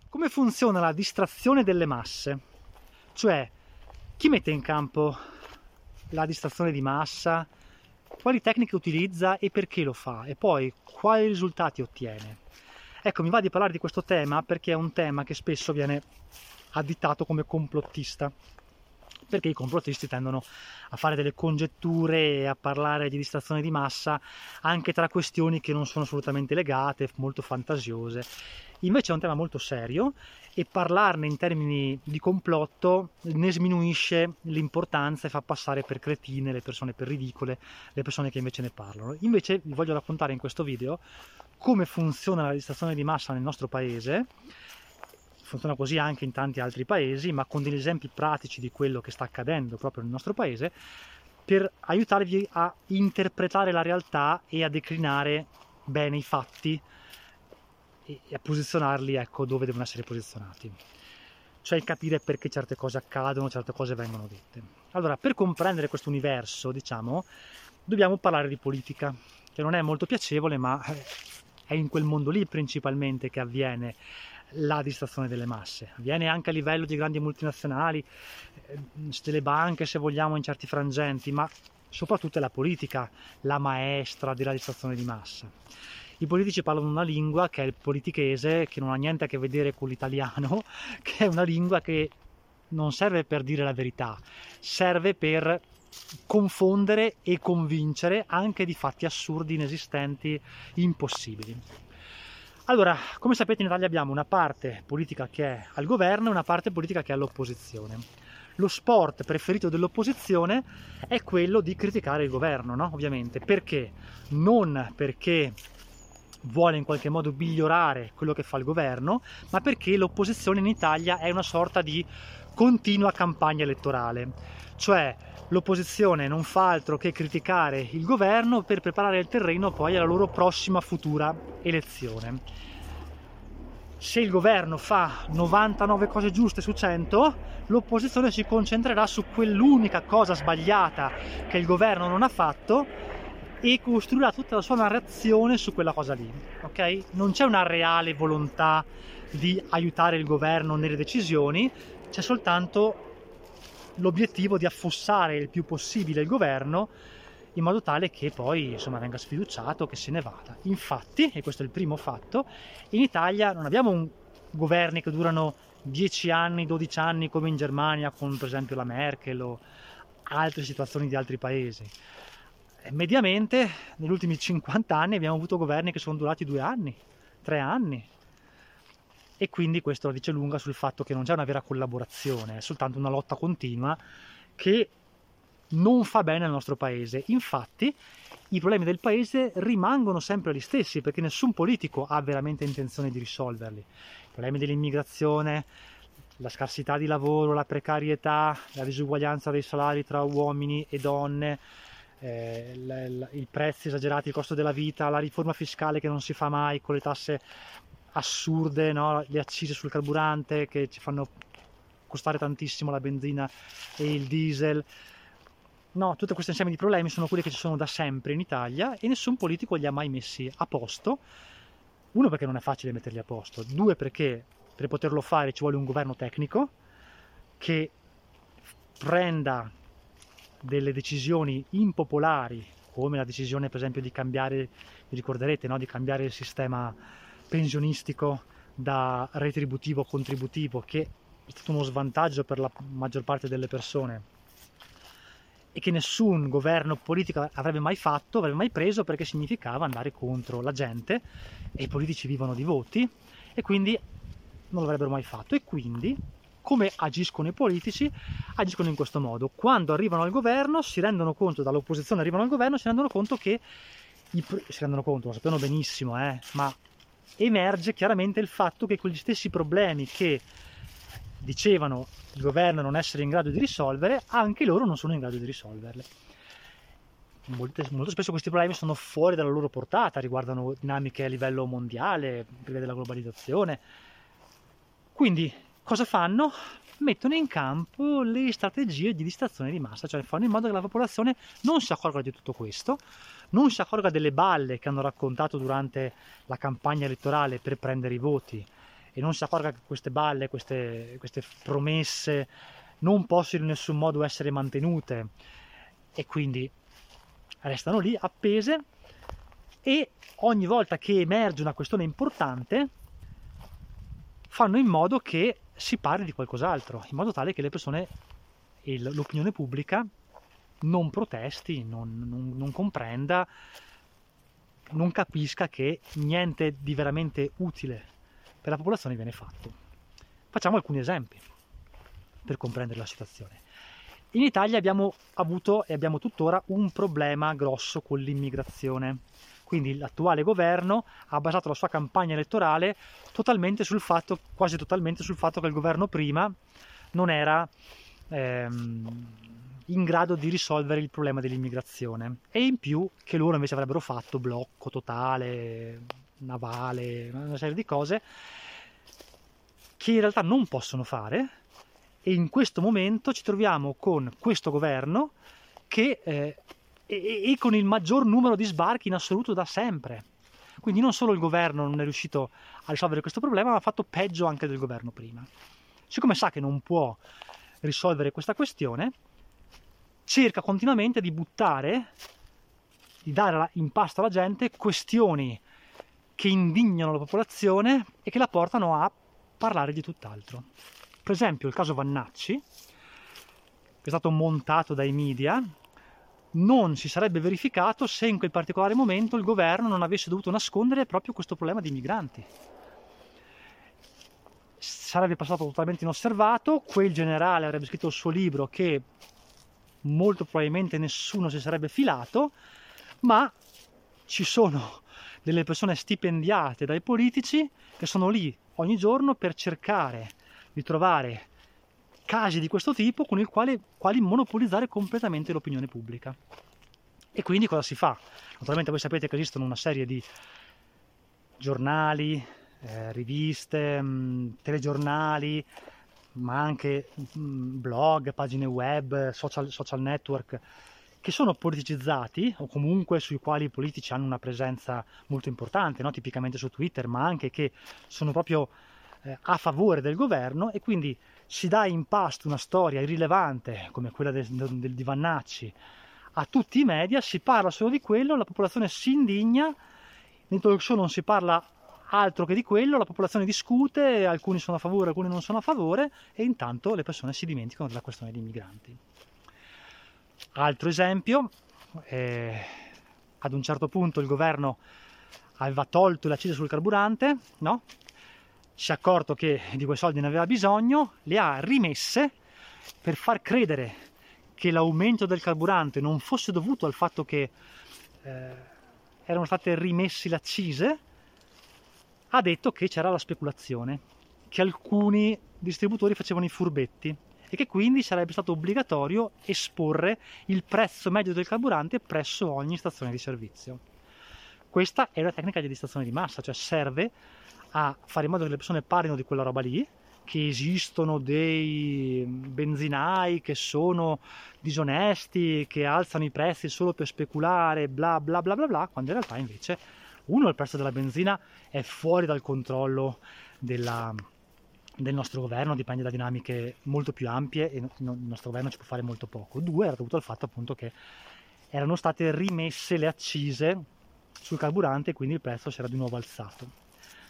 Come funziona la distrazione delle masse? Cioè, chi mette in campo la distrazione di massa, quali tecniche utilizza e perché lo fa, e poi quali risultati ottiene. Ecco, mi va di parlare di questo tema perché è un tema che spesso viene additato come complottista, perché i complottisti tendono a fare delle congetture e a parlare di distrazione di massa anche tra questioni che non sono assolutamente legate, molto fantasiose. Invece è un tema molto serio e parlarne in termini di complotto ne sminuisce l'importanza e fa passare per cretine le persone, per ridicole le persone che invece ne parlano. Invece vi voglio raccontare in questo video come funziona la distrazione di massa nel nostro paese. Funziona così anche in tanti altri paesi, ma con degli esempi pratici di quello che sta accadendo proprio nel nostro paese, per aiutarvi a interpretare la realtà e a declinare bene i fatti e a posizionarli, ecco, dove devono essere posizionati. Cioè capire perché certe cose accadono, certe cose vengono dette. Allora, per comprendere questo universo, diciamo, dobbiamo parlare di politica, che non è molto piacevole, ma è in quel mondo lì principalmente che avviene la distrazione delle masse. Avviene anche a livello di grandi multinazionali, delle banche se vogliamo in certi frangenti, ma soprattutto è la politica la maestra della distrazione di massa. I politici parlano una lingua che è il politichese, che non ha niente a che vedere con l'italiano, che è una lingua che non serve per dire la verità, serve per confondere e convincere anche di fatti assurdi, inesistenti, impossibili. Allora, come sapete in Italia abbiamo una parte politica che è al governo e una parte politica che è all'opposizione. Lo sport preferito dell'opposizione è quello di criticare il governo, no? Ovviamente. Perché? Non perché vuole in qualche modo migliorare quello che fa il governo, ma perché l'opposizione in Italia è una sorta di continua campagna elettorale. Cioè, l'opposizione non fa altro che criticare il governo per preparare il terreno poi alla loro prossima futura elezione. Se il governo fa 99 cose giuste su 100, l'opposizione si concentrerà su quell'unica cosa sbagliata che il governo non ha fatto e costruirà tutta la sua narrazione su quella cosa lì, ok? Non c'è una reale volontà di aiutare il governo nelle decisioni, c'è soltanto l'obiettivo di affossare il più possibile il governo in modo tale che poi insomma venga sfiduciato, che se ne vada. Infatti, e questo è il primo fatto, in Italia non abbiamo governi che durano 10 anni, 12 anni come in Germania con per esempio la Merkel o altre situazioni di altri paesi. Mediamente negli ultimi 50 anni abbiamo avuto governi che sono durati 2 anni, 3 anni. E quindi questo la dice lunga sul fatto che non c'è una vera collaborazione, è soltanto una lotta continua che non fa bene al nostro paese. Infatti i problemi del paese rimangono sempre gli stessi perché nessun politico ha veramente intenzione di risolverli. I problemi dell'immigrazione, la scarsità di lavoro, la precarietà, la disuguaglianza dei salari tra uomini e donne, i prezzi esagerati, il costo della vita, la riforma fiscale che non si fa mai con le tasse assurde, no? Le accise sul carburante che ci fanno costare tantissimo la benzina e il diesel. No, tutto questo insieme di problemi sono quelli che ci sono da sempre in Italia e nessun politico li ha mai messi a posto. Uno, perché non è facile metterli a posto. Due, perché per poterlo fare ci vuole un governo tecnico che prenda delle decisioni impopolari, come la decisione per esempio di cambiare, vi ricorderete, no? Di cambiare il sistema pensionistico da retributivo a contributivo, che è stato uno svantaggio per la maggior parte delle persone e che nessun governo politico avrebbe mai fatto, avrebbe mai preso, perché significava andare contro la gente e i politici vivono di voti e quindi non l'avrebbero mai fatto. E quindi come agiscono i politici? Agiscono in questo modo: quando arrivano al governo si rendono conto, dall'opposizione arrivano al governo, si rendono conto che lo sappiano benissimo, ma emerge chiaramente il fatto che quegli stessi problemi che dicevano il governo non essere in grado di risolvere, anche loro non sono in grado di risolverle. Molto spesso questi problemi sono fuori dalla loro portata, riguardano dinamiche a livello mondiale, prive della globalizzazione. Quindi cosa fanno? Mettono in campo le strategie di distrazione di massa, cioè fanno in modo che la popolazione non si accorga di tutto questo, non si accorga delle balle che hanno raccontato durante la campagna elettorale per prendere i voti e non si accorga che queste balle, queste promesse non possono in nessun modo essere mantenute e quindi restano lì appese, e ogni volta che emerge una questione importante fanno in modo che si parli di qualcos'altro, in modo tale che le persone e l'opinione pubblica non protesti, non comprenda, non capisca che niente di veramente utile per la popolazione viene fatto. Facciamo alcuni esempi per comprendere la situazione. In Italia abbiamo avuto e abbiamo tuttora un problema grosso con l'immigrazione. Quindi l'attuale governo ha basato la sua campagna elettorale quasi totalmente sul fatto che il governo prima non era in grado di risolvere il problema dell'immigrazione, e in più che loro invece avrebbero fatto blocco totale, navale, una serie di cose che in realtà non possono fare, e in questo momento ci troviamo con questo governo che e con il maggior numero di sbarchi in assoluto da sempre. Quindi non solo il governo non è riuscito a risolvere questo problema, ma ha fatto peggio anche del governo prima. Siccome sa che non può risolvere questa questione, cerca continuamente di dare in pasto alla gente questioni che indignano la popolazione e che la portano a parlare di tutt'altro. Per esempio il caso Vannacci, che è stato montato dai media, non si sarebbe verificato se in quel particolare momento il governo non avesse dovuto nascondere proprio questo problema di migranti. Sarebbe passato totalmente inosservato, quel generale avrebbe scritto il suo libro che molto probabilmente nessuno si sarebbe filato, ma ci sono delle persone stipendiate dai politici che sono lì ogni giorno per cercare di trovare casi di questo tipo con i quali monopolizzare completamente l'opinione pubblica. E quindi cosa si fa? Naturalmente voi sapete che esistono una serie di giornali, riviste, telegiornali, ma anche blog, pagine web, social network che sono politicizzati, o comunque sui quali i politici hanno una presenza molto importante, no? Tipicamente su Twitter, ma anche che sono proprio a favore del governo, e quindi si dà in pasto una storia irrilevante come quella di Vannacci a tutti i media, si parla solo di quello, la popolazione si indigna, nei talk show non si parla altro che di quello, la popolazione discute, alcuni sono a favore, alcuni non sono a favore, e intanto le persone si dimenticano della questione dei migranti. Altro esempio, ad un certo punto il governo aveva tolto l'accisa sul carburante, no? Si è accorto che di quei soldi ne aveva bisogno, le ha rimesse per far credere che l'aumento del carburante non fosse dovuto al fatto che erano state rimesse le accise. Ha detto che c'era la speculazione, che alcuni distributori facevano i furbetti e che quindi sarebbe stato obbligatorio esporre il prezzo medio del carburante presso ogni stazione di servizio. Questa è una tecnica di distrazione di massa, cioè serve a fare in modo che le persone parlino di quella roba lì, che esistono dei benzinai che sono disonesti, che alzano i prezzi solo per speculare, bla bla bla bla bla, quando in realtà invece il prezzo della benzina è fuori dal controllo del nostro governo, dipende da dinamiche molto più ampie e il nostro governo ci può fare molto poco. 2, era dovuto al fatto appunto che erano state rimesse le accise sul carburante e quindi il prezzo si era di nuovo alzato.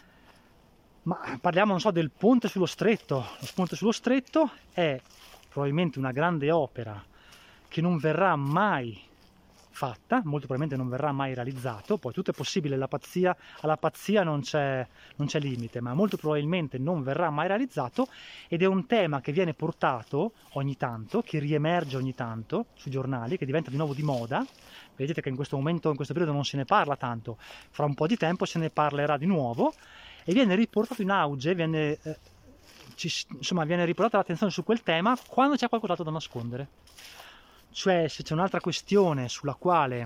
Ma parliamo, non so, del ponte sullo stretto. Lo ponte sullo stretto è probabilmente una grande opera che non verrà mai fatta, molto probabilmente non verrà mai realizzato. Poi tutto è possibile, alla pazzia non c'è limite, ma molto probabilmente non verrà mai realizzato, ed è un tema che viene portato ogni tanto, che riemerge ogni tanto sui giornali, che diventa di nuovo di moda. Vedete che in questo momento, in questo periodo non se ne parla tanto, fra un po' di tempo se ne parlerà di nuovo e viene riportato in auge, viene riportata l'attenzione su quel tema quando c'è qualcos'altro da nascondere. Cioè, se c'è un'altra questione sulla quale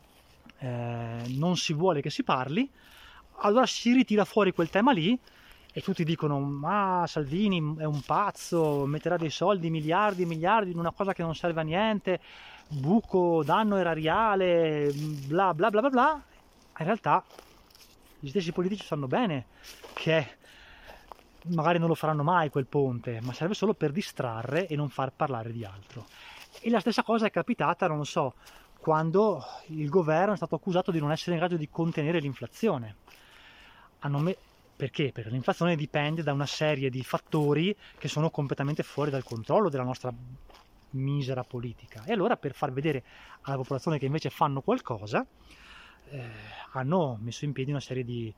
non si vuole che si parli, allora si ritira fuori quel tema lì e tutti dicono: ma Salvini è un pazzo, metterà dei soldi, miliardi e miliardi in una cosa che non serve a niente, buco, danno erariale, bla bla bla bla bla. In realtà gli stessi politici sanno bene che magari non lo faranno mai quel ponte, ma serve solo per distrarre e non far parlare di altro. E la stessa cosa è capitata, non lo so, quando il governo è stato accusato di non essere in grado di contenere l'inflazione. Perché? Perché l'inflazione dipende da una serie di fattori che sono completamente fuori dal controllo della nostra misera politica. E allora, per far vedere alla popolazione che invece fanno qualcosa, hanno messo in piedi una serie di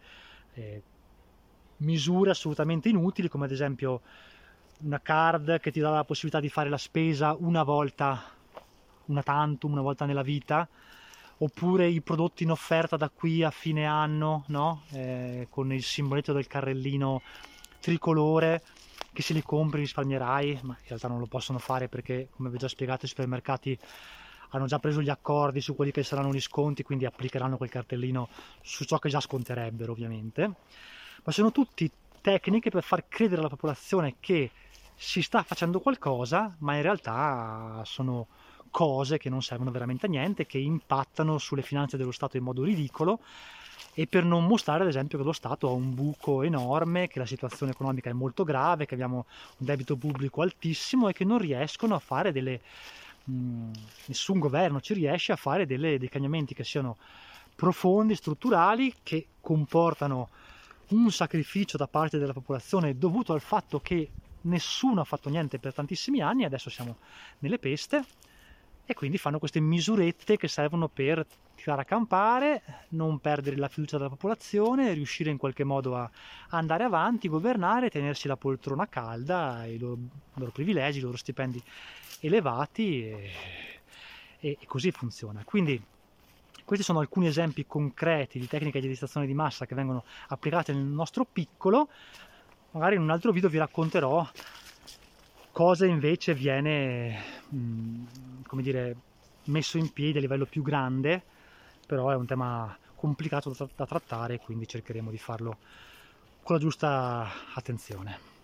misure assolutamente inutili, come ad esempio una card che ti dà la possibilità di fare la spesa una volta, una tantum, una volta nella vita, oppure i prodotti in offerta da qui a fine anno, no? Con il simboletto del carrellino tricolore, che se li compri risparmierai, ma in realtà non lo possono fare perché, come vi ho già spiegato, i supermercati hanno già preso gli accordi su quelli che saranno gli sconti, quindi applicheranno quel cartellino su ciò che già sconterebbero, ovviamente. Ma sono tutte tecniche per far credere alla popolazione che si sta facendo qualcosa, ma in realtà sono cose che non servono veramente a niente, che impattano sulle finanze dello Stato in modo ridicolo, e per non mostrare ad esempio che lo Stato ha un buco enorme, che la situazione economica è molto grave, che abbiamo un debito pubblico altissimo e che non riescono a fare nessun governo ci riesce a fare dei cambiamenti che siano profondi, strutturali, che comportano un sacrificio da parte della popolazione dovuto al fatto che nessuno ha fatto niente per tantissimi anni, adesso siamo nelle peste, e quindi fanno queste misurette che servono per tirare a campare, non perdere la fiducia della popolazione, riuscire in qualche modo a andare avanti, governare, tenersi la poltrona calda, i loro privilegi, i loro stipendi elevati, e così funziona. Quindi questi sono alcuni esempi concreti di tecniche di distrazione di massa che vengono applicate nel nostro piccolo. Magari in un altro video vi racconterò cosa invece viene, come dire, messo in piedi a livello più grande, però è un tema complicato da trattare, quindi cercheremo di farlo con la giusta attenzione.